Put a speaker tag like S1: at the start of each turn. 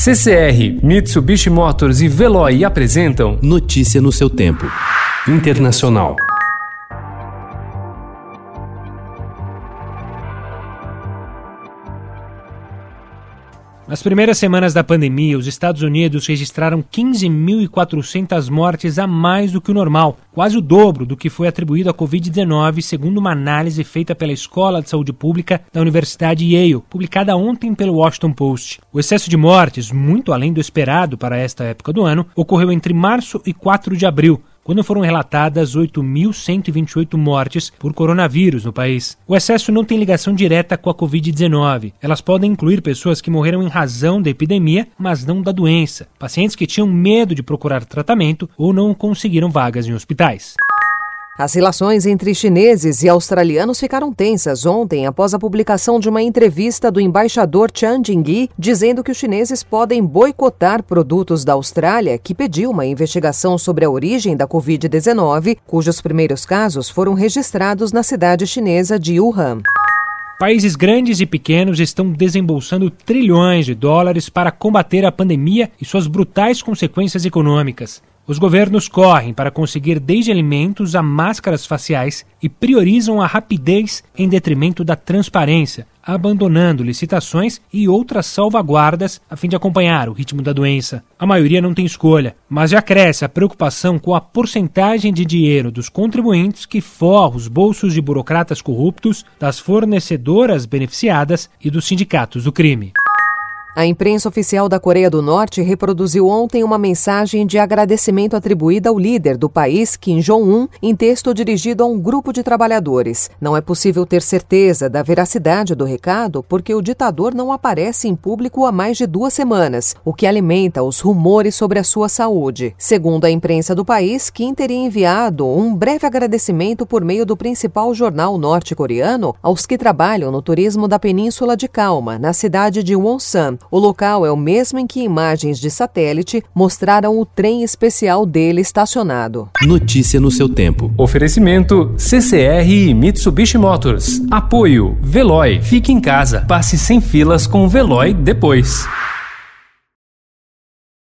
S1: CCR, Mitsubishi Motors e Veloy apresentam
S2: Notícia no seu tempo.
S1: Internacional.
S3: Nas primeiras semanas da pandemia, os Estados Unidos registraram 15.400 mortes a mais do que o normal, quase o dobro do que foi atribuído à Covid-19, segundo uma análise feita pela Escola de Saúde Pública da Universidade Yale, publicada ontem pelo Washington Post. O excesso de mortes, muito além do esperado para esta época do ano, ocorreu entre março e 4 de abril, quando foram relatadas 8.128 mortes por coronavírus no país. O excesso não tem ligação direta com a Covid-19. Elas podem incluir pessoas que morreram em razão da epidemia, mas não da doença. Pacientes que tinham medo de procurar tratamento ou não conseguiram vagas em hospitais.
S4: As relações entre chineses e australianos ficaram tensas ontem após a publicação de uma entrevista do embaixador Chan Jingyi dizendo que os chineses podem boicotar produtos da Austrália, que pediu uma investigação sobre a origem da Covid-19, cujos primeiros casos foram registrados na cidade chinesa de Wuhan.
S3: Países grandes e pequenos estão desembolsando trilhões de dólares para combater a pandemia e suas brutais consequências econômicas. Os governos correm para conseguir desde alimentos a máscaras faciais e priorizam a rapidez em detrimento da transparência, abandonando licitações e outras salvaguardas a fim de acompanhar o ritmo da doença. A maioria não tem escolha, mas já cresce a preocupação com a porcentagem de dinheiro dos contribuintes que forra os bolsos de burocratas corruptos, das fornecedoras beneficiadas e dos sindicatos do crime.
S4: A imprensa oficial da Coreia do Norte reproduziu ontem uma mensagem de agradecimento atribuída ao líder do país, Kim Jong-un, em texto dirigido a um grupo de trabalhadores. Não é possível ter certeza da veracidade do recado porque o ditador não aparece em público há mais de 2 semanas, o que alimenta os rumores sobre a sua saúde. Segundo a imprensa do país, Kim teria enviado um breve agradecimento por meio do principal jornal norte-coreano aos que trabalham no turismo da Península de Gwamun, na cidade de Wonsan. O local é o mesmo em que imagens de satélite mostraram o trem especial dele estacionado.
S2: Notícia no seu tempo.
S1: Oferecimento CCR e Mitsubishi Motors. Apoio Veloy. Fique em casa. Passe sem filas com o Veloy depois.